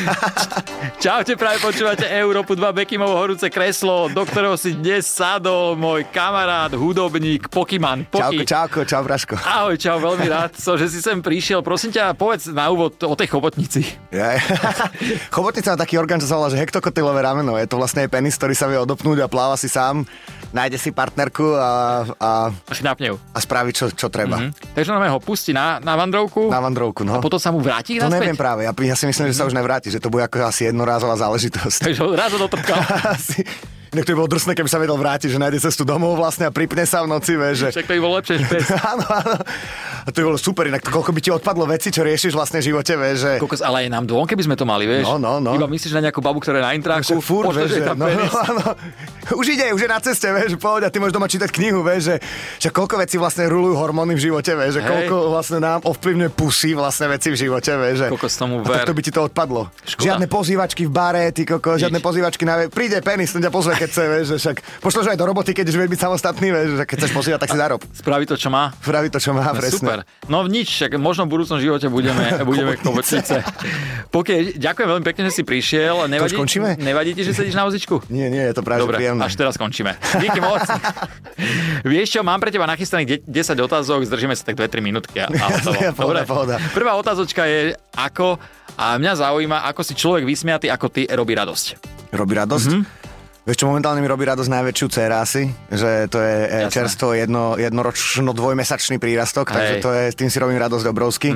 Čaute, práve počúvate Európu 2 Bekimovo horúce kreslo, do ktorého si dnes sadol môj kamarát, hudobník Pokyman. Poky. Čauko, čau Braško. Ahoj, čau, veľmi rád, že si sem prišiel. Prosím ťa, povedz na úvod o tej chobotnici. Chobotnica má taký orgán, čo sa volá, že hektokotylové rameno. Je to vlastne penis, ktorý sa vie odopnúť a pláva si sám. Nájde si partnerku a šňapne ju. A spraví, čo treba. Takže on ho pustí na vandrovku. Na vandrovku, no. A potom sa mu vráti to naspäť? Neviem práve. Ja si myslím, že sa už nevráti, že to bude ako asi jednorázová záležitosť. Takže raz ho dotrkal. Inak to by bolo drsné, keby sa vedel vrátiť, že nájde cestu domov vlastne a pripne sa v noci, vieš. Však to by bolo lepšie, špec. Áno. A to by bolo super, inak koľko by ti odpadlo veci, čo riešiš vlastne v živote, vieš, že... Kokos, ale aj nám dvom, keby sme to mali, vieš. No. Iba myslíš na nejakú babu, ktorá je na intráku, furt, vieš, že áno. Už je na ceste, vieš, poď a ty môžeš doma čítať knihu, vieš, že koľko vecí vlastne rulujú hormóny v živote, vieš, že koľko vlastne nám ovplyvňuje pusy vlastne veci v živote, vieš, že... Kokos tomu ver. Tak to by ti to odpadlo. Škoda. Žiadne pozývačky v bare, ty kokos, žiadne pozývačky na... Príde penis, ten ťa pozve, keď chce, vieš, že však pošleš aj do roboty, keď už vie byť samostatný, vieš, že keď chceš pozývať, tak si zarob. Spraví to, čo má. Spraví to, čo má, presne. Super. No nič, však možno v budúcnom živote budeme chobotnice. Pokiaľ, ďakujem veľmi pekne, že si prišiel. Nevadí ti, že sedíš na vozičku? Nie, je to práve príjemné. Až teraz skončíme. Díky moc. Vieš čo, mám pre teba nachystaných 10 otázok, zdržíme sa tak 2-3 minútky a hotovo. Pohoda. Prvá otázočka je ako, a mňa zaujíma, ako si človek vysmiatý, ako ty robí radosť. Robí radosť? Vieš čo, momentálne mi robí radosť najväčšiu dcéra asi, že to je čerstvo jednoročno dvojmesačný prírastok, takže to je, tým si robím radosť obrovsky.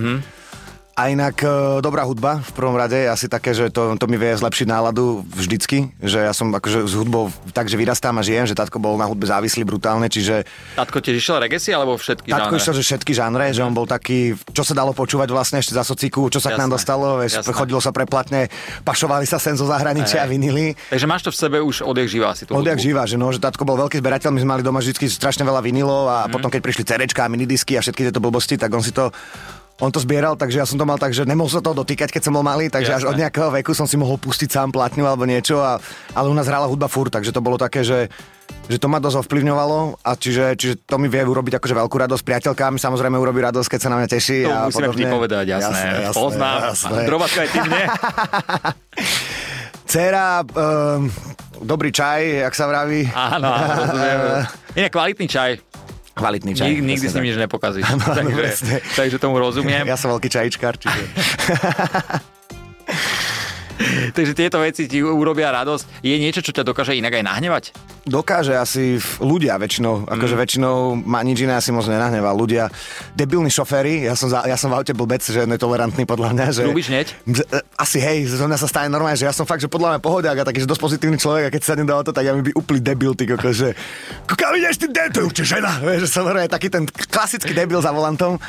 A inak dobrá hudba v prvom rade je asi také, že to mi vie zlepšiť náladu vždycky, že ja som akože s hudbou tak, že vyrastám a žijem, že tatko bol na hudbe závislý brutálne, čiže... Tatko tiež išiel reggae alebo všetky žánre? Tatko išiel, že všetky žánre, že on bol taký, čo sa dalo počúvať vlastne ešte za sociku, čo sa k nám dostalo, vieš, chodilo sa preplatne, pašovali sa sem zo zahraničia a vinily. Takže máš to v sebe už odjak živá si tú hudbu. Odjak živá, že tatko bol veľký zberateľ, my sme mali doma vždycky strašne veľa vinilov a potom keď prišli CDčka a minidisky a všetky tieto blbosti, tak on to zbieral, takže ja som to mal tak, že nemohol sa toho dotýkať, keď som bol malý, takže až od nejakého veku som si mohol pustiť sám platňu alebo niečo, ale u nás hrala hudba furt, takže to bolo také, že to ma dosť ovplyvňovalo a čiže to mi vie urobiť akože veľkú radosť. Priateľka mi samozrejme urobí radosť, keď sa na mňa teší. To a musíme vždy povedať, jasné. Poznám. Drobatka aj ty mne. Dcera, dobrý čaj, jak sa vraví. Áno, rozumiem. Inak kvalitný čaj. Kvalitný čaj. Nikdy s ním nič nepokazíš. Takže tomu rozumiem. Ja som veľký čajičkár, čiže... Takže tieto veci ti urobia radosť. Je niečo, čo ťa dokáže inak aj nahnevať? Dokáže asi ľudia väčšinou. Akože väčšinou ma nič iné asi moc nenahnevá. Ľudia, debilní šoféri, ja som v aute blbec, že netolerantný podľa mňa. Že... Ľúbiš hneď? Asi hej, zo mňa sa stane normálne, že ja som fakt, že podľa mňa pohodiak a taký, že dosť pozitívny človek a keď sa do auta, tak ja mi by úplný debil, ty koko, že kam ideš ty debil, to je určite žena. Vieš, že som normálne taký ten klasický debil za volantom.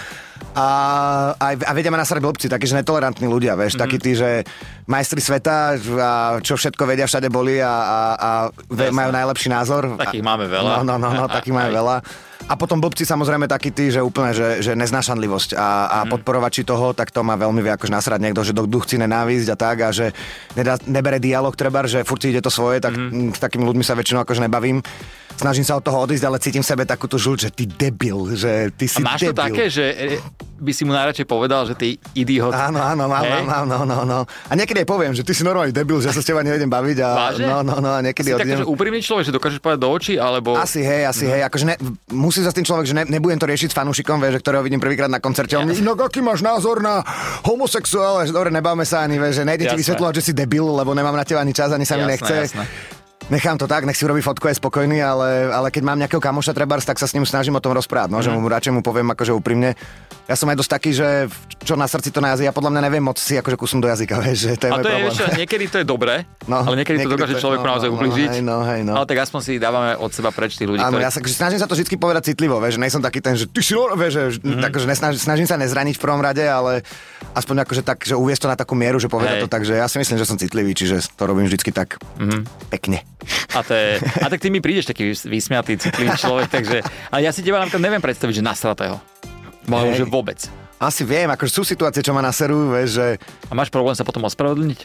A vedia ma nasrať blbci, takí, že netolerantní ľudia, vieš, takí tí, že majstri sveta a čo všetko vedia, všade boli a majú najlepší názor. Takých máme veľa. No, takých máme veľa. A potom blbci samozrejme takí tí, že úplne, že neznášanlivosť a podporovači toho, tak to má veľmi vie akož nasrať niekto, že chce nenávisť a tak a že nebere dialog trebar, že furt ide to svoje, tak s takými ľuďmi sa väčšinou akože nebavím. Snažím sa od toho odísť, ale cítim v sebe takúto žuľ, že ty debil, že ty si debil. A máš to také, že by si mu najradšej povedal, že ty idiot. Áno, mám. A niekedy aj poviem, že ty si normálny debil, že sa s teba nevedem baviť a a niekedy odídem. Si taký úprimný človek, že dokážeš povedať do očí, alebo... Asi hej, akože musí sa s tým človek, že nebudem to riešiť s fanúšikom, vieš, ktorého vidím prvýkrát na koncerte. No aký máš názor na homosexuále, že dobre, nebavme sa ani, vieš, že nejdem ti vysvetľovať, že si debil, lebo nemám na teba ani čas, ani sa mi nechce. Nechám to tak, nech si urobí fotku, je spokojný, ale keď mám nejakého kamoša trebárs, tak sa s ním snažím o tom rozprávať, že mu radšej mu poviem akože úprimne. Ja som aj dosť taký, že čo na srdci to na jazyk, ja podľa mňa neviem moc si akože kusnúť do jazyka, vieš, že to je môj problém. A niekedy to je dobré, ale niekedy to dokáže človeku naozaj ublížiť. Ale tak aspoň si dávame od seba preč tých ľudí. Áno, ja sa snažím sa to vždy povedať citlivo, vieš, že nejsom taký ten, že ty si vieš, že takže snažím sa nezraniť v prvom rade, ale aspoň akože tak, že uviesť to na takú mieru, že povedať to tak, že ja si myslím, že som citlivý, čiže to robím vždycky tak pekne. A tak ty mi prídeš taký vysmiatý, citlivý človek, takže ale ja si teba napríklad neviem predstaviť, že nasratého. Možno, že vôbec. Asi viem, akože sú situácie, čo ma naserujú, vieš, že... A máš problém sa potom ospravedlniť?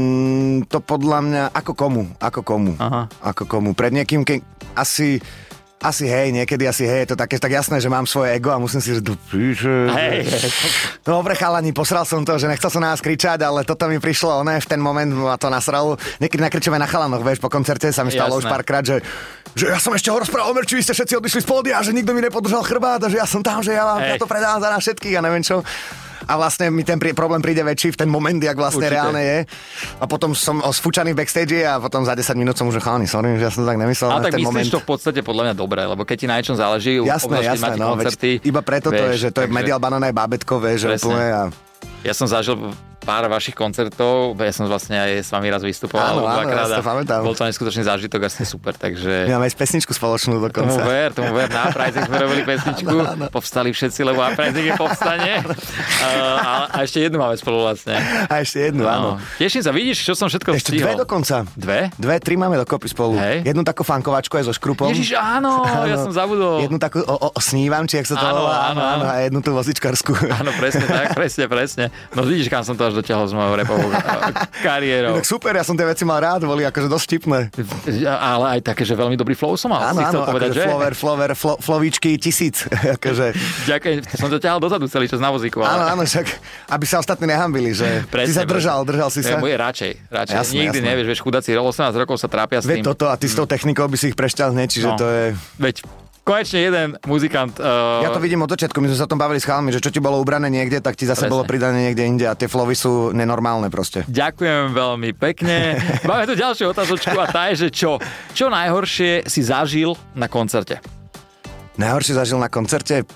To podľa mňa, ako komu. Pred niekým, asi Asi hej, niekedy asi hej, je to také tak jasné, že mám svoje ego a musím si, že hej. Dobre chalani, posral som to, že nechcel som na nás kričať, ale toto mi prišlo, v ten moment ma to nasralo. Niekedy nakričujeme na chalanoch, vieš, po koncerte sa mi stalo už párkrát, že ja som ešte ho rozprával o merči, vy ste všetci odišli z pódia, že nikto mi nepodržal chrbát a že ja som tam, že ja to predávam za nás všetkých a neviem čo. A vlastne mi ten problém príde väčší v ten moment, jak vlastne určite reálne je. A potom som sfúčaný v backstage a potom za 10 minút som už chalani, sorry, že ja som to tak nemyslel. Ale tak ten myslíš moment. To v podstate podľa mňa dobre, lebo keď ti na niečom záleží, jasné, no, koncerty, iba preto vieš, to je, že to je Medial Banana je bábätko, vieš, že úplne a... Ja som zažil pár vašich koncertov, ja som vlastne aj s vami raz vystupoval dvakrát a bol to neskutočný zážitok a ste super, takže... My máme aj pesničku spoločnú dokonca. Tomu ver, na Uprising sme robili pesničku, povstali všetci, lebo Uprising je povstane. A ešte jednu máme spolu vlastne. A ešte jednu, áno. Teším sa, vidíš, čo som všetko ešte stihol. Dve dokonca. Dve, tri máme dokopy spolu. Hej. Jednu takú funkovačku aj so Škrupom. Ježiš, áno, ja som zabudol. Jednu takú snívam, či jak sa to volá. Áno. A jednu tú vozičkarskú. Áno, presne tak, presne. No vidíš, kam som to až dotiahol s mojou repovou kariérou. Tak super, ja som tie veci mal rád, boli akože dosť vtipné. Ale aj také, že veľmi dobrý flow som mal. Áno, povedať, akože flovíčky 1000. Akože. Ďakujem, som to ťahal dozadu celý čas na vozíku. Ale... Áno, však, aby sa ostatní nehambili, že si sa držal si sa. Radšej. Jasné, nikdy nevieš, vieš, chudáci 18 rokov sa trápia s tým. Veď toto a ty s tou technikou by si ich prešťal čiže to je... Veď konečne jeden muzikant... Ja to vidím od začiatku, my sme sa o tom bavili s chalmi, že čo ti bolo ubrané niekde, tak ti zase bolo pridané niekde inde a tie flowy sú nenormálne proste. Ďakujem veľmi pekne. Máme tu ďalšiu otázočku a tá je, že čo najhoršie si zažil na koncerte? Najhoršie zažil na koncerte?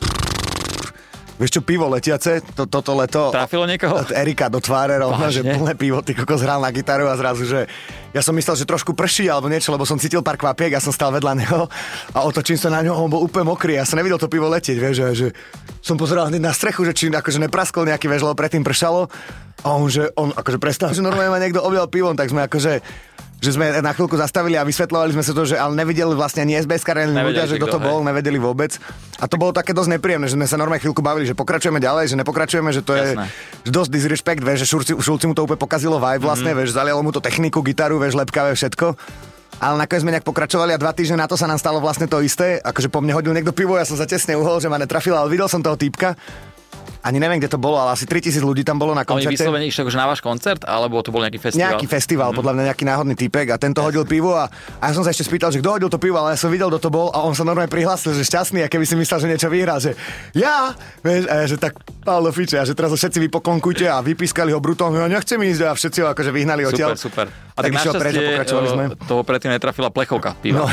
Vieš čo, pivo letiace, toto leto... Trafilo niekoho? Od Erika do tváre rovno, že plné pivo, ty kokos hral na gitaru a zrazu, že ja som myslel, že trošku prší alebo niečo, lebo som cítil pár kvapiek, ja som stál vedľa neho a otočím sa na ňo, on bol úplne mokrý, ja som nevidel to pivo letieť, vieš, že som pozeral hneď na strechu, že či akože nepraskol nejaký, vieš, lebo predtým pršalo a on akože prestal, že normálne ma niekto objal pivom, tak sme akože že sme na chvíľku zastavili a vysvetľovali sme sa to, že ale nevideli vlastne ani SBS-kari, ani ľudia, že kto to bol, nevedeli vôbec. A to bolo také dosť nepríjemné, že sme sa normálne chvíľku bavili, že pokračujeme ďalej, že nepokračujeme, že to je dosť disrespect, vieš, že Šulci mu to úplne pokazilo vibe vlastne, vieš, zalialo mu to techniku, gitaru, vieš, lepkavé všetko. Ale nakoniec sme nejak pokračovali a 2 týždne na to sa nám stalo vlastne to isté, akože po mne hodil niekto pivo, ja som sa tesne uhol, že ma netrafil, ale videl som toho týpka. Ani neviem, kde to bolo, ale asi 3000 ľudí tam bolo na koncerte. Oni vyslovene išli akože na váš koncert, alebo to bol nejaký festival? Nejaký festival, podľa mňa nejaký náhodný týpek a tento hodil pivo a ja som sa ešte spýtal, že kto hodil to pivo, ale ja som videl, kto to bol a on sa normálne prihlásil, že šťastný, a keby si myslel, že niečo vyhral, že ja, vieš, a ja, že tak pál do fiče, a že teraz všetci vypokonkujte a vypískali ho brutom, ja nechcem ísť a všetci ho akože vyhnali odtiaľ. Super. A tak našťastie toho predtým netrafila plechovka piva.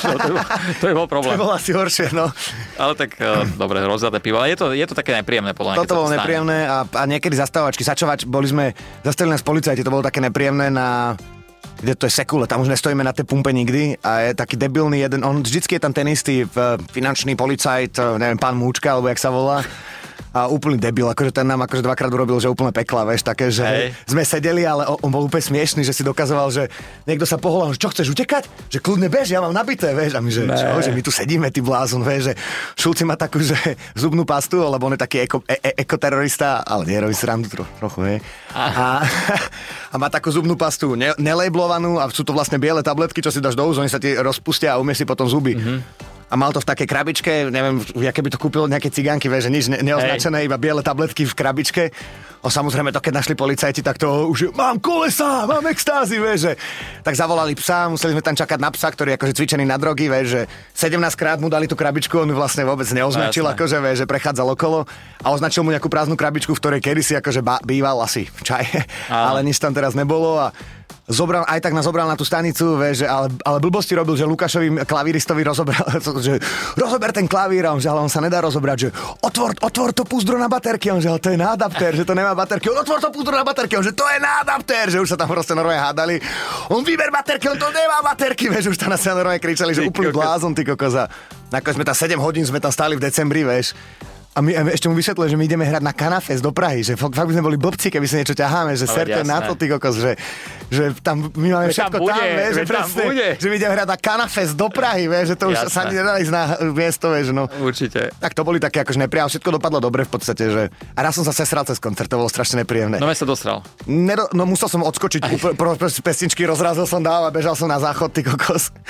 To je bol problém. To bolo asi horšie, no. Ale tak dobre, rozdaté pivo, ale je to také nepríjemné podľa mňa. Toto bolo nepríjemné a niekedy zastávačky, sačovač, zastavili nás policajti, to bolo také nepríjemné kde to je Sekule, tam už nestojíme na tej pumpe nikdy a je taký debilný jeden, on vždycky je tam ten istý finančný policajt, neviem, pán Múčka, alebo jak sa volá. A úplný debil, akože ten nám akože 2-krát urobil, že úplne pekla, vieš, také, že sme sedeli, ale on bol úplne smiešný, že si dokazoval, že niekto sa poholal, že čo chceš utekať? Že kľudne bež, ja mám nabité, vieš, a my, že čo, že my tu sedíme, ty blázon, vieš, že Šulci má takú, že zubnú pastu, lebo on je taký ekoterorista, ale nie, robí srandu trochu, hej. A má takú zubnú pastu, nelejblovanú a sú to vlastne biele tabletky, čo si dáš do úst, oni sa ti rozpustia a umieš si potom zuby. A mal to v takej krabičke, neviem, aké by to kúpilo nejaké cigánky, vieš, že nič neoznačené, iba biele tabletky v krabičke. A samozrejme to, keď našli policajti, tak to už mám kolesa, mám extázy, vieš, že. Tak zavolali psa, museli sme tam čakať na psa, ktorý je akože cvičený na drogy, vieš, že 17 krát mu dali tú krabičku, on ju vlastne vôbec neoznačil, akože, vieš, že prechádzal okolo a označil mu nejakú prázdnu krabičku, v ktorej kedysi akože býval asi čaj, ale nič tam teraz nebolo a nás zobral na tú stanicu, vieš, ale blbosti robil, že Lukášovi klavíristovi rozober ten klavír, a on sa nedá rozobrať, že otvor to púzdro na baterky, on že ale to je na adaptér, že to nemá baterky, on otvor to púzdro na baterky, on že to je na adaptér, že už sa tam proste normálne hádali, on vyber baterky, on to nemá baterky, vieš, už tam na sa normálne kričali, že úplný blázon, ty kokoza. Nakoniec sme tam 7 hodín sme tam stáli v decembri, vieš. A my ešte mu vysvetlili, že my ideme hrať na Canafest do Prahy, že fakt by sme boli blbci, keby sa niečo ťaháme, že serte na to, ty kokos, že tam my máme všetko tam, vieš, že presne, že my ideme hrať na Canafest do Prahy, vieš, že to už sa ani nedali ísť na miesto, vieš, no. Určite. Tak to boli také akože nepríjemné, všetko dopadlo dobre v podstate, že a raz som sa sesral cez koncert, to bolo strašne nepríjemné. No ja sa dosral. No musel som odskočiť, pesničky rozrazil som dál a bežal som na záchod, ty kokos.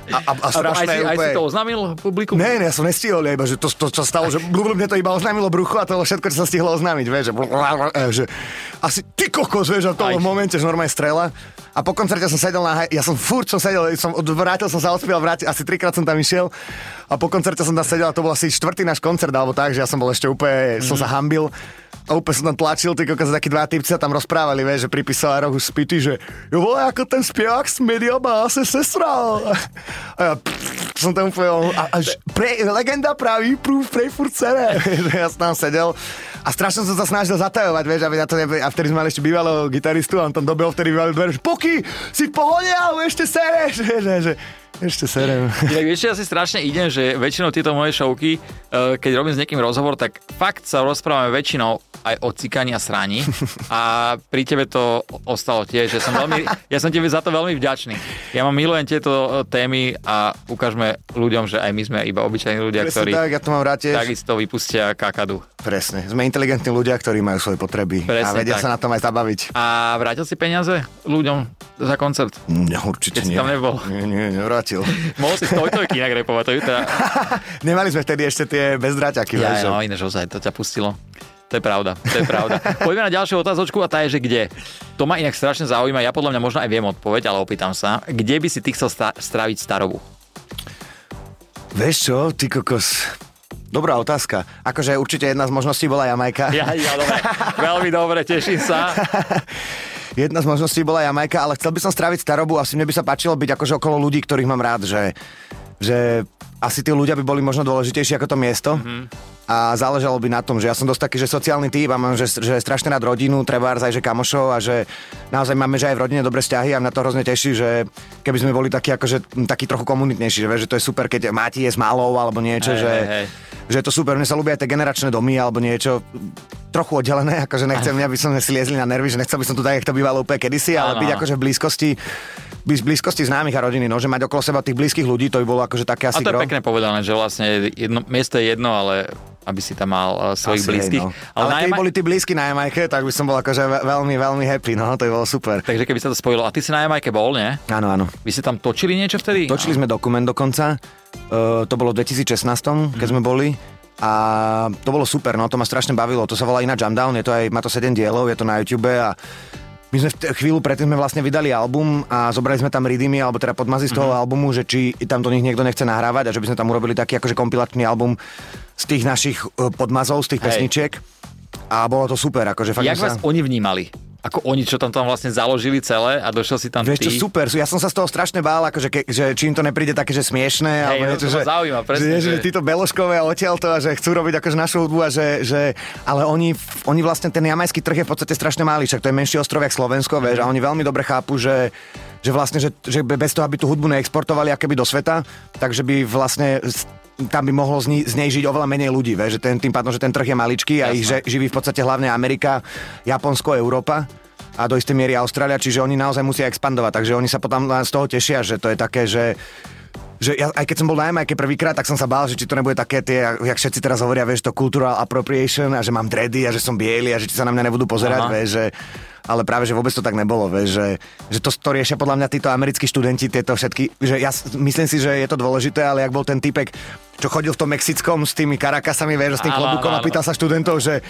A strašné aj si to oznámil publiku? Ne, ja som nestihol, iba, že to čo stalo, že mne to iba oznámilo brucho a to všetko, čo sa stihlo oznámiť, vieš, že asi ty kokos, vieš, a to v momente, že normálne strela. A po koncerte som sedel ja som sedel, vrátil som sa, odspieval, asi 3-krát som tam išiel a po koncerte som tam sedel a to bol asi 4. náš koncert, alebo tak, že ja som bol ešte úplne, som sa hambil. A úplne som tam tlačil, ty kokos, takí dva typci sa tam rozprávali, vieš, že pripísal rohu spity, že jo vole, ako ten spievák z Media má se sestra. A ja som tam úplne, legenda praví, proof, prej furt cene. Ja som tam sedel a strašne som sa snažil zatajovať, vieš, aby na to a vtedy sme mali ešte bývalého gitaristu a on tam dobehol vtedy bývalý dvere, že Poky, si v pohode, alebo ešte sereš, že ešte serem. Tak vieš, ja si strašne idem, že väčšinou tieto moje šovky, keď robím s niekým rozhovor, tak fakt sa rozprávame väčšinou aj o cikaní a sraní a pri tebe to ostalo tiež, že ja som tebe za to veľmi vďačný. Ja milujem tieto témy a ukážme ľuďom, že aj my sme iba obyčajní ľudia, presne ktorí tak, ja to mám rád tiež. Takisto vypustia kakadu. Presne, sme inteligentní ľudia, ktorí majú svoje potreby. Presne, a vedia tak sa na tom aj zabaviť. A vrátil si peniaze ľuďom za koncert? Určite nie. Keď si tam nebol? Nie, nevrátil. Mohol si stojtojky inak repovať, to teda... Nemali sme vtedy ešte tie bezdráťaky. Ja, no, ináč ozaj, to ťa pustilo. To je pravda. Poďme na ďalšiu otázočku a tá je, že kde? To ma inak strašne zaujíma, ja podľa mňa možno aj viem odpoveď, ale opýtam sa. Kde by si ty chcel stráviť starobu? Vieš čo, ty kokos... Dobrá otázka. Akože určite jedna z možností bola Jamajka. Ja, dobre. Veľmi dobre, teším sa. Jedna z možností bola Jamajka, ale chcel by som stráviť starobu. Asi mne by sa páčilo byť akože okolo ľudí, ktorých mám rád, že asi tí ľudia by boli možno dôležitejší ako to miesto. A záležalo by na tom, že ja som dosť taký, že sociálny typ a mám, že strašne rád rodinu, trebárs aj že kamošov a že naozaj máme, že aj v rodine dobré vzťahy a mňa to hrozne teší, že keby sme boli takí trochu komunitnejší, že to je super, keď máte je s malou alebo niečo, že je to super. Mne sa ľúbia aj tie generačné domy alebo niečo trochu oddelené, akože nechcem, aby sme si liezli na nervy, že nechcel by som tu tak, jak to bývalo úplne kedysi, ale byť akože v blízkosti známych a rodiny, no, že mať okolo seba tých blízkych ľudí, to by bolo akože také asi gro. A to je pekne povedané, že vlastne miesto je jedno, ale aby si tam mal svojich asi blízkych. No. Ale keď boli tí blízky na Jamajke, tak by som bol akože veľmi, veľmi happy, no, to by bolo super. Takže keby sa to spojilo. A ty si na Jamajke bol, nie? Áno. Vy ste tam točili niečo vtedy? Točili sme dokument dokonca, to bolo v 2016, keď sme boli. A to bolo super, no, to ma strašne bavilo. To sa volá ináč Jumpdown, má to 7 dielov, je to na YouTube a my sme chvíľu predtým sme vlastne vydali album a zobrali sme tam redeemy, alebo teda podmazy z toho albumu, že či tam do nich niekto nechce nahrávať a že by sme tam urobili taký akože kompilačný album z tých našich podmazov, z tých pesničiek. A bolo to super, akože fakt. Jak vás oni vnímali? Ako oni, čo tam vlastne založili celé a došiel si tam ty. Vieš čo, super, ja som sa z toho strašne bál, akože že či im to nepríde také, že smiešné, alebo niečo, že zaujíma, presne, že títo beložkové a odtiaľto a že chcú robiť akože našu hudbu a že ale oni vlastne ten jamajský trh je v podstate strašne malý, však to je menší ostrov jak Slovensko, vieš, a oni veľmi dobre chápu, že vlastne, že bez toho, aby tú hudbu neexportovali akoby do sveta, takže by vlastne tam by mohlo z nej žiť oveľa menej ľudí, že tým pádom, že ten trh je maličký a ich živí v podstate hlavne Amerika, Japonsko, Európa a do istej miery Austrália, čiže oni naozaj musia expandovať, takže oni sa potom z toho tešia, že to je také, že ja, aj keď som bol na Jamajke prvýkrát, tak som sa bál, že či to nebude také tie, jak všetci teraz hovoria, vieš, to cultural appropriation a že mám dready a že som biely a že sa na mňa nebudú pozerať, vieš, že ale práve, že vôbec to tak nebolo, vieš, že to riešia podľa mňa títo americkí študenti, tieto všetky, že ja myslím si, že je to dôležité, ale jak bol ten typek, čo chodil v tom mexickom s tými karakasami, vieš, s tým klobúkom a pýtal sa študentov, že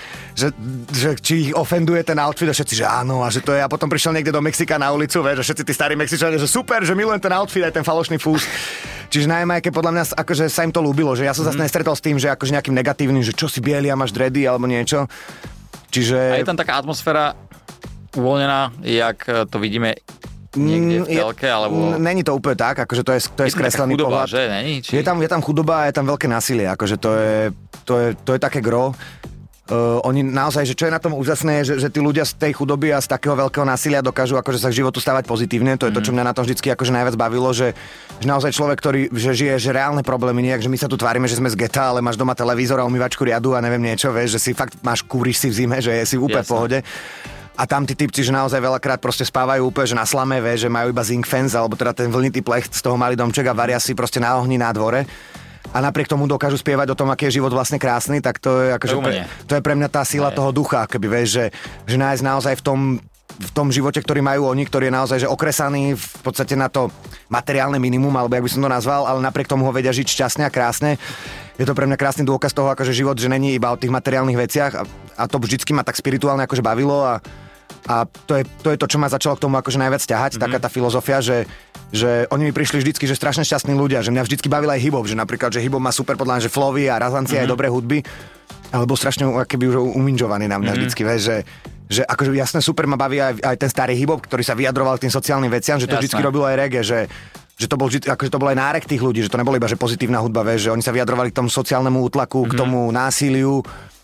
či ich ofenduje ten outfit a všetci, že áno, a že to je, a potom prišiel niekde do Mexika na ulicu, vieš, a všetci tí starí Mexičania, že super, že milujem ten outfit aj ten falošný fús. Čiže na Jamajke podľa mňa akože sa im to ľúbilo, že ja som zase nestretol s tým, že akože nejakým negatívnym, že čo si biely a máš dready alebo niečo. Čiže... A je tam taká atmosféra uvoľnená, jak to vidíme niekde v telke, alebo... Není to úplne tak, akože to je skreslený chudoba, pohľad. Že? Není? Je tam chudoba a je tam veľké násilie, akože to je také gro. Oni naozaj, že čo je na tom úžasné, že tí ľudia z tej chudoby a z takého veľkého násilia dokážu akože sa k životu stávať pozitívne. To je to, čo mňa na tom vždycky akože najviac bavilo, že naozaj človek, ktorý že žije že reálne problémy, nejak, že my sa tu tvárime, že sme z geta, ale máš doma televízor a umývačku riadu a neviem niečo, vieš, že si fakt kúriš si v zime, že si v úplne v pohode. A tam tí typci, že naozaj veľakrát proste spávajú úplne, že na slame, vieš, že majú iba zinc fence, alebo teda ten vlnitý plech z toho malý domček a varia si proste na ohni na dvore. A napriek tomu dokážu spievať o tom, aký je život vlastne krásny, tak to je akože to je pre mňa tá sila toho ducha, keby vieš, že nájsť naozaj v tom v tom živote, ktorý majú oni, ktorý je naozaj že okresaný v podstate na to materiálne minimum, alebo jak by som to nazval, ale napriek tomu ho vedia žiť šťastne a krásne. Je to pre mňa krásny dôkaz toho, akože život, že není iba o tých materiálnych veciach a to vždycky ma tak spirituálne akože bavilo a to je to, čo ma začalo k tomu akože najviac ťahať, taká tá filozofia, že oni mi prišli vždycky, že strašne šťastní ľudia, že mňa vždycky bavil aj hip-hop, že napríklad, že hip-hop má super podľa mňa, že flowy a razancie aj dobré hudby, ale bol strašne keby už uminžovaný na mňa vždycky, vieš, že akože jasne super ma baví aj ten starý hip-hop, ktorý sa vyjadroval k tým sociálnym veciam, že to vždycky robilo aj reggae, že to bol akože to bol aj nárek tých ľudí, že to nebolo iba že pozitívna hudba, vieš, že oni sa vyjadrovali k tomu sociálnemu útlaku, k tomu násiliu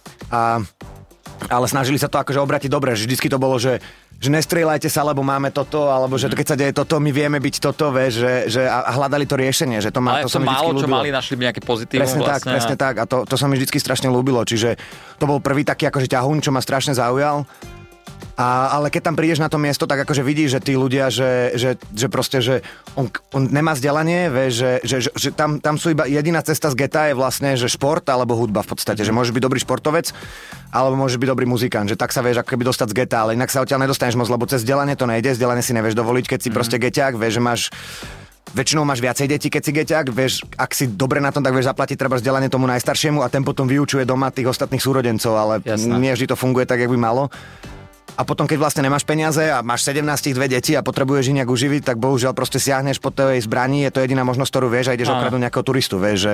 ale snažili sa to akože obratiť dobre, že vždycky to bolo, že nestrieľajte sa, lebo máme toto, alebo že keď sa deje toto, my vieme byť toto, vieš, že hľadali to riešenie, že to má ale to sa mi vždycky ľúbilo. Čo mali, našli nejaké pozitívum Presne tak a to sa mi vždycky strašne ľúbilo, čiže to bol prvý taký akože ťahuň, čo ma strašne zaujal. Ale keď tam prídeš na to miesto, tak akože vidíš, že tí ľudia, že proste, že on nemá vzdelanie, vieš, že tam sú iba jediná cesta z geta je vlastne, že šport alebo hudba v podstate, že môžeš byť dobrý športovec, alebo môžeš byť dobrý muzikant, že tak sa vieš ako keby dostať z geta, ale inak sa odtiaľ nedostaneš moc, lebo cez vzdelanie to nejde, vzdelanie si nevieš dovoliť, keď si proste geťák, vieš, že máš väčšinou máš viacej detí, keď si geťák, vieš, ak si dobre na tom, tak vieš zaplatiť treba vzdelanie tomu najstaršiemu a ten potom vyučuje doma tých ostatných súrodencov, ale nie vždy to funguje tak, jak by malo. A potom, keď vlastne nemáš peniaze a máš 17 dve deti a potrebuješ ich nejak uživiť, tak bohužiaľ proste siahneš po tej zbraní, je to jediná možnosť, ktorú vieš a ideš okradnúť nejakého turistu, vieš, že...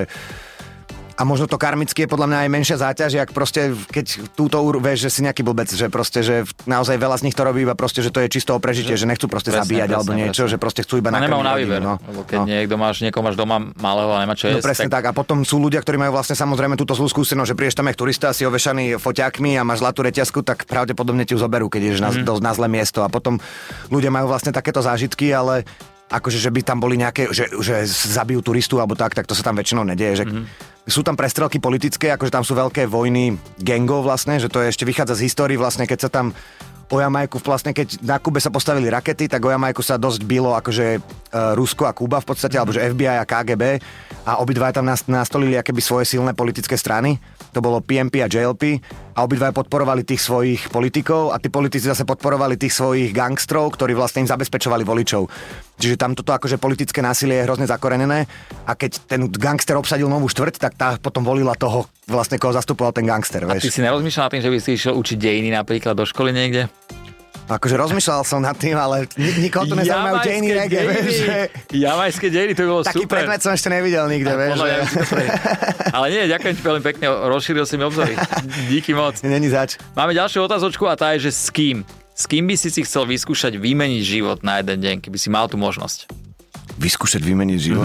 A možno to karmicky je podľa mňa aj menšia záťaž, jak proste, keď túto vieš, že si nejaký blbec, že proste, že naozaj veľa z nich to robí iba proste, že to je čisto o prežitie, že nechcú proste zabíjať alebo niečo, že proste chcú iba nakrmiť. Nemajú na výber, lebo keď niekoho máš doma malého a nemá čo jesť. No presne tak. A potom sú ľudia, ktorí majú vlastne samozrejme túto zlú skúsenosť, že prídeš tam jak turista, si ovešaný foťákmi a máš zlatú reťazku, tak pravdepodobne ti ju zoberú, keď ideš na zlé miesto. A potom ľudia majú vlastne takéto zážitky, ale akože, že by tam boli nejaké, že zabijú turistu alebo tak to sa tam väčšinou nedieje, že sú tam prestrelky politické, akože tam sú veľké vojny gangov vlastne, že to ešte vychádza z histórii vlastne, keď sa tam o Jamajku vlastne, keď na Kube sa postavili rakety, tak o Jamajku sa dosť bilo akože Rusko a Kuba v podstate, alebo že FBI a KGB a obidva tam nastolili akéby svoje silné politické strany. To bolo PMP a JLP a obidva podporovali tých svojich politikov a tí politici zase podporovali tých svojich gangstrov, ktorí vlastne im zabezpečovali voličov. Čiže tam toto akože politické násilie je hrozne zakorenené a keď ten gangster obsadil novú štvrť, tak tá potom volila toho vlastne, koho zastupoval ten gangster, vieš. A ty si nerozmýšľal nad tým, že by si išiel učiť dejiny napríklad do školy niekde? Akože rozmýšľal som nad tým, ale nikoho to nezaujímajú dejiny reggae, vieš. Jamajské dejiny, to bolo taký super. Taký predmet som ešte nevidel nikde, vieš. Ale nie, ďakujem ti veľmi pekne, rozšíril si mi obzory. Díky moc. Není zač. Máme ďalšiu otázočku a tá je, že s kým? S kým by si chcel vyskúšať vymeniť život na jeden deň, keby si mal tú možnosť? Vyskúšať vymeniť život?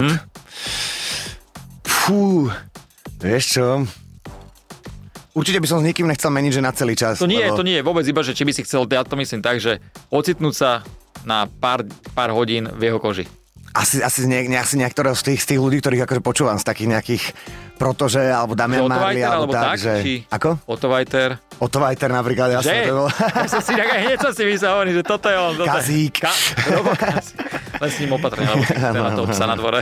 Fú, vieš čo? Určite by som s nikým nechcel meniť, že na celý čas. To nie je vôbec iba, že či by si chcel, ja to myslím tak, že ocitnúť sa na pár hodín v jeho koži. Asi niektorého z tých ľudí, ktorých akože počúvam, z takých nejakých Protože, alebo Damian Marley, alebo tak, že... Či... Ako? Otto Walter. Otto Walter napríklad, jasne. To bolo. Ja som si tak aj hneď som si myslel, že toto je on. Kazík. Len s ním opatrne, lebo ten na toho psa na dvore.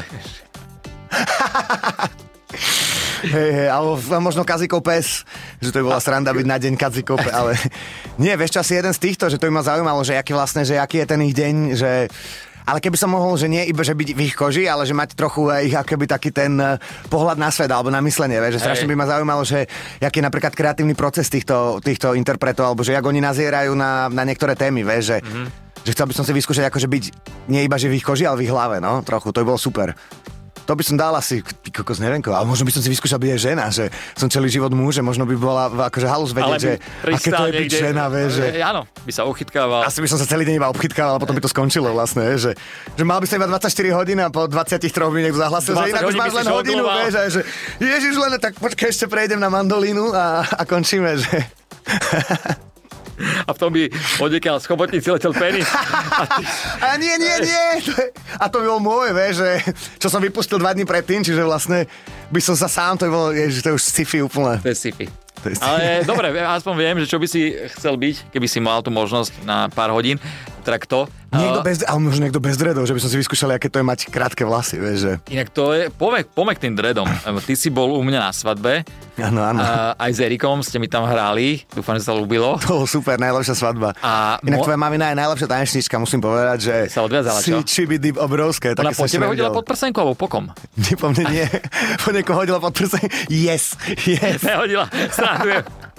Hej, alebo možno Kazíkov pes, že to by bola sranda byť na deň Kazíkov pes, ale nie, vieš čo, asi jeden z týchto, že to by ma zaujímalo, že aký je ten ich deň, že... Ale keby som mohol, že nie iba, že byť v ich koži, ale že mať trochu ich akoby taký ten pohľad na svet alebo na myslenie, vieš, že strašne by ma zaujímalo, že aký je napríklad kreatívny proces týchto interpretov, alebo že jak oni nazierajú na niektoré témy, vieš, že chcel by som si vyskúšať akože byť nie iba že v ich koži, ale v ich hlave, no, trochu, to by bolo super. To by som dal asi, kokos, neviem, ale možno by som si vyskúšal byť aj žena, že som celý život muž, že možno by bola akože halus vedieť, že aké to je byť žena, vieš, že... Áno, by sa obchytkával. Asi by som sa celý deň iba obchytkával, a potom by to skončilo vlastne, že mal by sa iba 24 hodín a po 23 by niekto zahlasil, že inak už máš len hodinu, vieš, a že ježiš len, tak počkaj, ešte prejdem na mandolínu a končíme, že... A v tom by odiekiaľ z chobotnici letel penis. A nie. A to by bol môj, vieš, že čo som vypustil 2 dní predtým, čiže vlastne by som sa sám, to by bolo, ježiš, to je už sci-fi úplne. To je sci-fi. Ale dobre, aspoň viem, že čo by si chcel byť, keby si mal tú možnosť na pár hodín. trakto. Niekto bez dreadov, že by som si vyskúšal, aké to je mať krátke vlasy, vieš, že... Inak to je, pomek tým dreadom. Ty si bol u mňa na svadbe. Áno. Aj s Erikom ste mi tam hrali. Dúfam, že sa ľúbilo. To bol super, najlepšia svadba. Inak tvoja mamina je najlepšia tanečníčka, musím povedať, že... Sa odviazala, čo? Si čibidip obrovské. Ona po tebe hodila pod prsenku alebo pokom? Po mne nie. Po niekoho hodila pod prsenku. Yes. Nehodila, srandujem.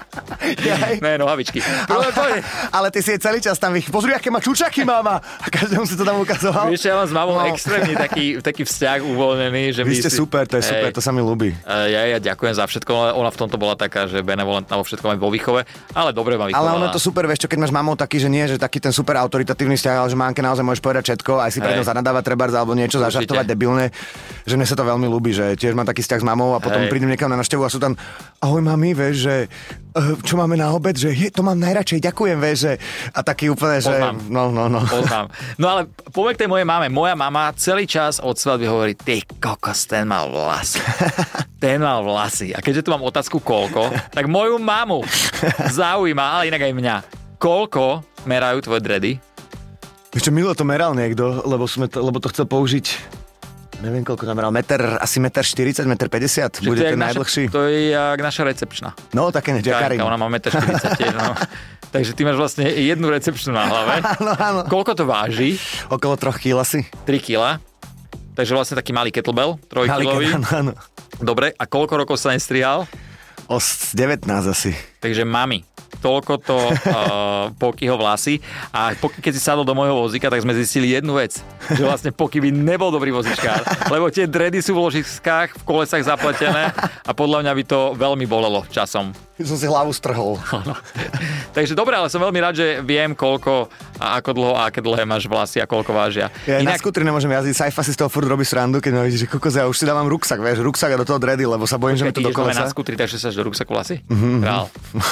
Ne, nohavičky. Ale ty si je celý čas tam pozri, aké má čučaky, mama. A každému si to tam ukazoval. Vieš, ja mám s mamou extrémne taký vzťah uvoľnený. Že vy ste super, to je super, to sa mi ľúbi. Ja ďakujem za všetko, ale ona v tomto bola taká, že benevolentná vo všetkom aj vo výchove, ale dobre ma vychovala. Ale ono je to super, vieš čo, keď máš mamou taký, že nie, že taký ten super autoritatívny vzťah, ale že mamke naozaj môžeš povedať všetko, aj si preto zanadávať trebárs alebo niečo zažartovať debilné, že mne sa to veľmi ľúbi, že tiež mám taký vzťah s mamou a potom prídem niekam na návštevu a sú tam ahoj mami, vieš, že čo máme na obed, že to mám najradšej, ďakujem, vieš, že a taký úplne, že no. Poznám. No ale povek tej mojej mame, moja mama celý čas od svadby hovorí, ty kokos, ten mal vlasy. Ten mal vlasy. A keďže tu mám otázku koľko, tak moju mamu zaujíma, ale inak aj mňa. Koľko merajú tvoje dready? Ešte Milo to meral niekto, lebo to chcel použiť. Neviem, koľko tam meral. Asi 1,40 m, 1,50 m. Bude ten najdlhší. To je jak naša recepčná. No, také než Karin. Ona má 1,40 m. No. Takže ty máš vlastne jednu recepčnú na hlave. Áno. Koľko to váži? Okolo 3 kg asi. 3 kg. Takže vlastne taký malý kettlebell, 3-kilový. Áno. Dobre, a koľko rokov sa nestrihal? 19 asi. Takže mami, toľko to Pokyho vlasy a Poky, keď si sadol do môjho vozíka, tak sme zistili jednu vec, že vlastne Poky by nebol dobrý vozičkár, lebo tie dready sú v ložiskách, v kolesách zapletené a podľa mňa by to veľmi bolelo časom. Som si hlavu strhol. Takže dobre, ale som veľmi rád, že viem, koľko a ako dlho a aké dlhé máš vlasy a koľko vážia. Ja na skútri nemôžem jazdiť, Saifa si z toho furt robí srandu, keď ma vidí, že kokos, ja už si dávam ruksak, vieš, ruksak a do toho dready, lebo sa bojím, že mi to do kolesa. Na skútri, takže sa do ruksaku vlasy? Král.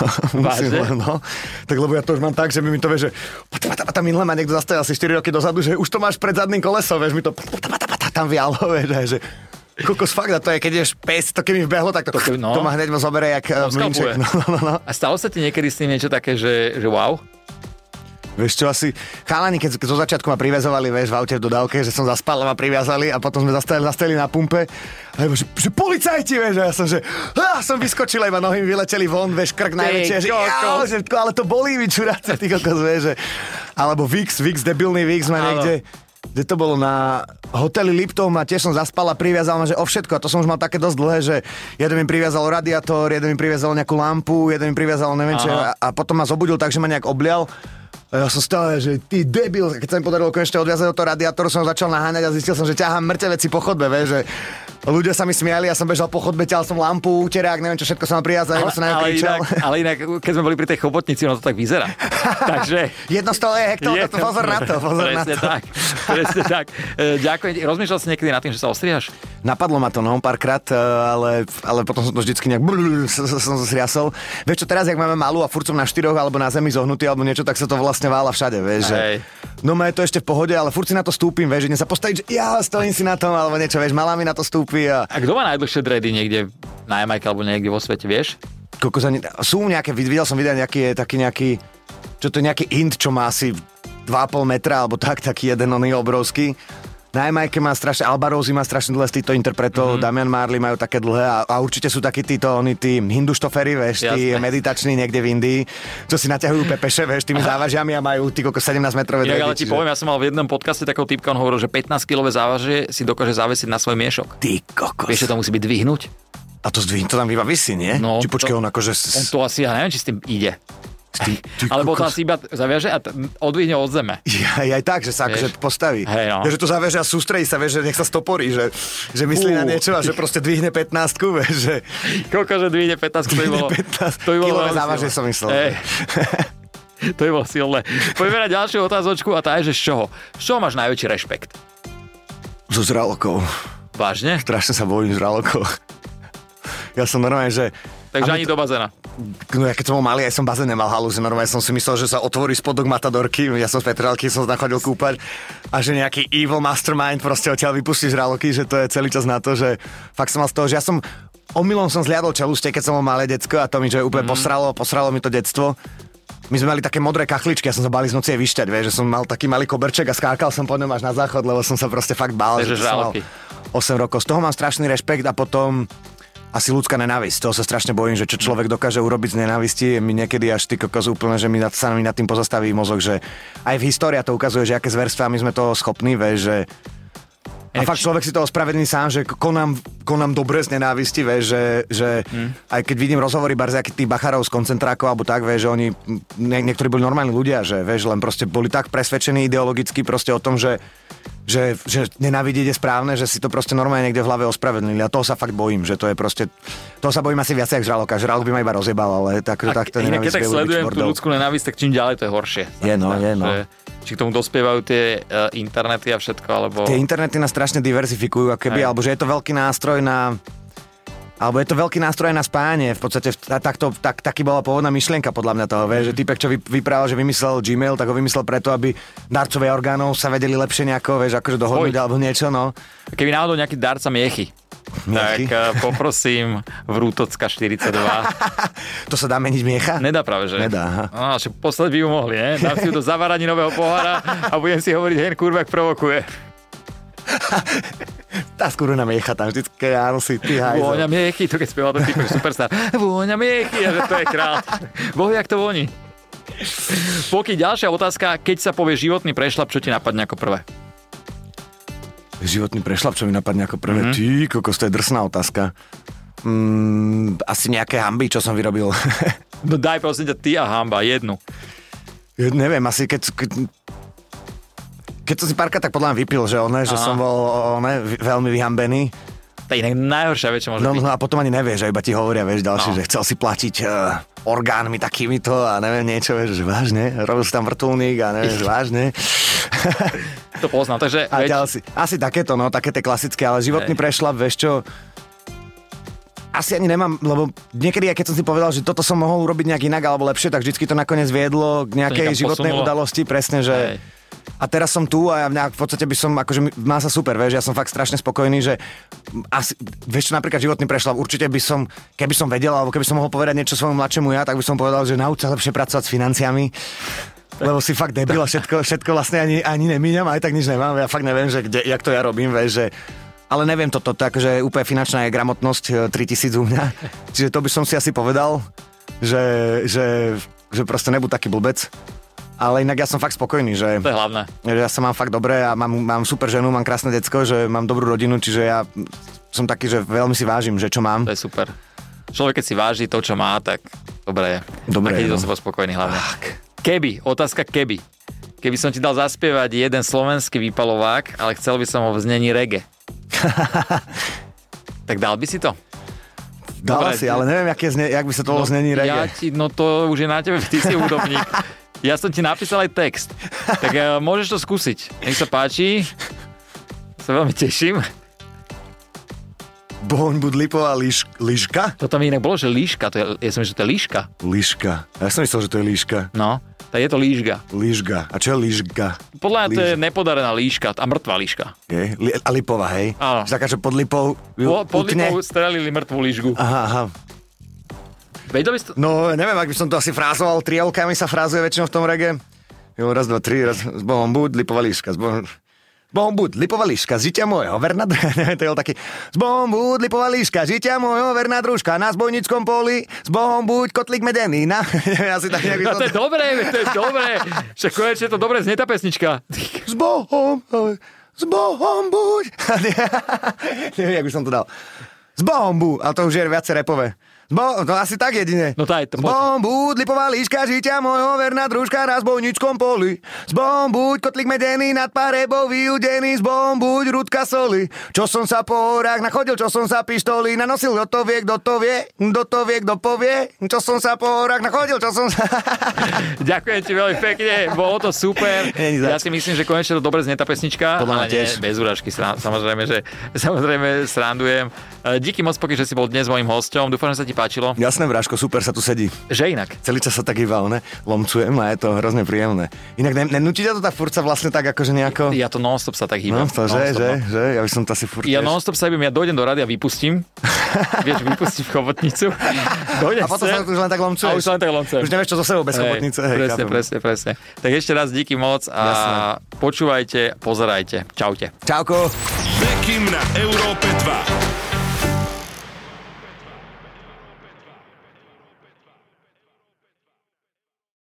No. Tak lebo ja to už mám tak, že mi to vie, že minule ma niekto zastavil asi 4 roky dozadu, že už to máš pred zadným kolesom, vieš, mi to tam vialo, vieš, že kokos, fakt, a to je, keď ješ pes, to keď mi vbehlo, tak to ma hneď zobere jak mlínček. No. A stalo sa ti niekedy s tým niečo také, že wow? Vieš čo, asi chalani, keď zo začiatku ma priviazovali, vieš, v aute v dodávke, že som zaspal a ma priviazali a potom sme zastavili na pumpe a ja že policajti, vieš, a ja som, že som vyskočil, iba nohy mi vyleteli von, vieš, krk najväčšie, že ale to bolí mi čuráce, ty kokos, vieš, že alebo Vix, debilný Vix ma niekde, kde to bolo na hoteli Lipton a tiež som zaspal a priviazal ma, že o všetko. A to som už mal také dosť dlhé, že jeden mi priviazal radiátor, jeden mi priviazal nejakú lampu, jeden mi priviazal neviem čo a potom ma zobudil tak, že ma nejak oblial. A ja som stále, že ty debil, keď sa mi podarilo konečne odviazať od toho radiátoru, som začal naháňať a zistil som, že ťahám mŕtve veci po chodbe, vieš, že ľudia sa mi smiali, ja som bežal po chodbe, ťahal som lampu, úterák, neviem čo všetko som mal priviazal, som na ňu kričal. Ale inak, keď sme boli pri tej chobotnici, ono to tak vyzerá. Takže... Jedno z toho je hektol, to pozor na to. Presne tak. Ďakujem. Rozmýšľal si niekedy nad tým, že sa ostrihaš? Napadlo ma to, no, párkrát, ale potom som to vždycky nejak som zriasol. Vieš čo, teraz, jak máme malú a furt som na 4 alebo na zemi zohnutý alebo niečo, tak sa to vlastne vála všade, vieš, že no je to ešte v pohode, ale furt si na to stúpim, vieš, že dnes sa postaviť, že ja stojím si na tom, alebo niečo, vieš, malá mi na to stúpi a kto má najdlhšie dready niekde na Jamajke alebo niekde vo svete, vieš? Sú nejaké, videl som videa, nejaký, čo to je nejaký Int, čo má asi 2,5 metra, alebo taký jeden, on je obrovský. Na Jamajke má strašne, Alba Rosie má strašne dlhé z týchto interpretov, Damian Marley majú také dlhé a určite sú takí tí hinduštofery, vieš, tí meditační niekde v Indii, čo si naťahujú pepeše, vieš, tými závažiami a majú tí 17 metrové dredy. Ale ti poviem, ja som mal v jednom podcaste takého typka, on hovoril, že 15-kilové závažie si dokáže zavesiť na svoj miešok. Ty kokos. Vieš, že to musí byť dvihnúť? A to zdvihnuť, to tam iba visí, nie? No, či počkej, on akože... On to asi, ja neviem, či s tým ide. Alebo to asi iba zaviaže a odvihne od zeme. Aj tak, že sa akože postaví. Hej, no. Že to zaviaže a sústredí sa, vieš, že nech sa stoporí, že myslí na niečo a že proste dvihne 15, vieš, že... Koľko, že dvihne 15, to by bolo... Kilové závažie som myslel. To by bolo silné. Poďme na ďalšiu otázočku a tá je, že z čoho? Z čoho máš najväčší rešpekt? So zralokov. Vážne? Strašne sa bojím zralokov. Ja som normálne, že... Takže ani do bazéna. No ja keď som bol malý, aj som bazén nemal halúzi. Normálne som si myslel, že sa otvorí spodok matadorky. Ja som z Petrálky, som sa chodil kúpať a že nejaký evil mastermind proste odtiaľ vypustí žraloky, že to je celý čas na to, že fakt som mal z toho, že ja som omylom som zliadol čelušte, keď som bol malé decko a to mi že úplne posralo mi to detstvo. My sme mali také modré kachličky, ja som sa bál z noci aj vyšťať, vieš, že som mal taký malý koberček a skákal som po ňom až na záchod, lebo som sa proste fakt bál, že som mal 8 rokov. Z toho mám strašný rešpekt a potom asi ľudská nenávisť. Toho sa strašne bojím, že čo človek dokáže urobiť z nenávisti, mi niekedy až ty kokos úplne, že sa mi nad tým pozastaví mozog, že aj v histórii to ukazuje, že aké zverstvá my sme toho schopní, vieš, že a fakt človek si to ospravedlní sám, že konám dobre z nenávisti, vieš, že aj keď vidím rozhovory aký tých bachárov z koncentrákov alebo tak, vieš, že oni, niektorí boli normálni ľudia, že vieš, len proste boli tak presvedčení ideologicky proste o tom, že nenávidieť je správne, že si to proste normálne niekde v hlave ospravedlnili a toho sa fakt bojím, že to je proste, toho sa bojím asi viac jak žraloka, žralok by ma iba rozjebal, ale tak to nenávisť. Keď tak sledujem tú ľudskú nenávisť, tak čím ďalej to je horšie. Je no. Či k tomu dospievajú tie internety a všetko, alebo... Tie internety nás strašne diverzifikujú, alebo že je to veľký nástroj na... Alebo je to veľký nástroj na spájanie. V podstate taký bola pôvodná myšlienka podľa mňa toho, že typek, čo vyprával, že vymyslel Gmail, tak ho vymyslel preto, aby darcovia orgánov sa vedeli lepšie nejako, vieš, akože dohodnúť alebo niečo, no. Keby náhodou nejaký darca miechy, tak poprosím Vrútocka 42. To sa dá meniť miecha? Nedá práve, že? Nedá, aha. Že posled by ju mohli, ne? Dám si ju do zavaraninového pohára a budem si hovoriť, hen kurva, ak provokuje. Tá skurvená miecha tam vždycky, áno si, ty hajzel. Vôňa miechy, to keď spieval ten typek superstar. Vôňa miechy, a že to je král. Boh, jak to voní. Pokiaľ ďalšia otázka, keď sa povie životný prešľap, čo ti napadne ako prvé? Životný prešľap, čo mi napadne ako prvé? Ty, kokos, to je drsná otázka. Asi nejaké hanby, čo som vyrobil. No daj prosím ťa, ty a hamba, jednu. Neviem, asi keď som si párkrát tak podľa mňa vypil, že som bol veľmi vyhambený. To je inak najhoršia vec, čo môže byť. No a potom ani nevieš, že iba ti hovoria, vieš, ďalší, že chcel si platiť orgánmi takýmito a neviem niečo, vieš, že vážne, robil si tam vrtuľník a neviem, že vážne. To poznám, takže... Asi takéto, no, také tie klasické, ale životný prešľap, vieš čo, asi ani nemám, lebo niekedy, keď som si povedal, že toto som mohol urobiť nejak inak alebo lepšie, tak vždycky to nakoniec viedlo k nejakej životnej udalosti, presne, že... A teraz som tu a ja v podstate by som, akože má sa super, vieš, ja som fakt strašne spokojný, že asi, vieš čo, napríklad životný prešľap, určite by som, keby som vedel, alebo keby som mohol povedať niečo svojmu mladšiemu ja, tak by som povedal, že nauč sa lepšie pracovať s financiami, lebo si fakt debil a všetko vlastne ani nemíňam, aj tak nič nemám, ja fakt neviem, že jak to ja robím, vieš, že ale neviem toto, takže úplne finančná je gramotnosť 3000 u mňa, čiže to by som si asi povedal, že proste nebuď taký blbec. Ale inak ja som fakt spokojný, že... To je hlavné. Že ja sa mám fakt dobre a mám super ženu, mám krásne decko, že mám dobrú rodinu, čiže ja som taký, že veľmi si vážim, že čo mám. To je super. Človek, keď si váži to, čo má, tak dobre je. Dobre, a keď je do seba spokojný hlavne. Otázka keby. Keby som ti dal zaspievať jeden slovenský výpalovák, ale chcel by som ho v znení reggae. Tak dal by si to? Dal si, ale neviem, jak by sa to znení reggae. No to už je na tebe, ty si hudobník. Ja som ti napísal aj text. Tak môžeš to skúsiť. Nech sa páči. Sa veľmi teším. Bohoň bud lipová líška? To tam inak bolo, že líška. Ja som myslel, že to je líška. Líška. Ja som myslel, že to je líška. No, tak je to líška. Líška. A čo je líška? Podľa mňa to je nepodarená líška a mŕtvá líška. Okay. A lipová, hej? Áno. Taká, že pod lipou pod lipou strelili mŕtvú líšku. Aha. Vedel by si to? No, neviem, ak by som to asi frázoval, trielkami sa frázuje väčšinou v tom reggae. Jo, raz, dva, tri, raz, s Bohom buď, lipová líška, s Bohom buď, lipová líška, žitia môjho, verná družka, to je taký, s Bohom buď, lipová líška, žitia môjho, verná družka, na zbojnickom poli, s Bohom buď, kotlík medený, na, asi tak nejak... To je dobré, však konečne to dobre znie tá pesnička. S Bohom buď, neviem, jak by som to dal. S Bohom buď, ale to už je viacej repové. No asi tak jedine. No taj, to poď. Zbom buď, lipová líška, žitia môjho, verná družka na zbojnickom poli. Zbom buď, kotlík medený, nad parebou vyudený. Zbom buď, rúdka soli. Čo som sa po horách nachodil, čo som sa pištolí nanosil. Kto to vie, kto povie. Čo som sa po horách nachodil, čo som sa... Ďakujem ti veľmi pekne, bolo to super. Ja si myslím, že konečne to dobre znie tá pesnička. Ale nie, bez urážky, samozrejme srandujem. Díky moc, že si bol dnes mojím hosťom. Dúfam, že sa ti páčilo. Jasné, Bráško, super sa tu sedí. Že inak. Celý čas sa tak iba, lomcujem a je to hrozne príjemné. Inak nenúti ťa to tá furt sa vlastne tak akože nejako... Ja to non-stop sa tak hýbam. No, to že, ja by som to asi furt... Ja non-stop sa hýbam, ja dojdem do rady a vypustím. Vieš, vypustím chobotnicu. A potom sa už len tak lomcuješ. A už sa len tak lomcuješ. Už nevieš, čo so sebou bez chobotnice. Presne. Tak ešte raz díky moc a počúvajte, pozerajte. Čaute. Čauko. Bekim na Európe 2.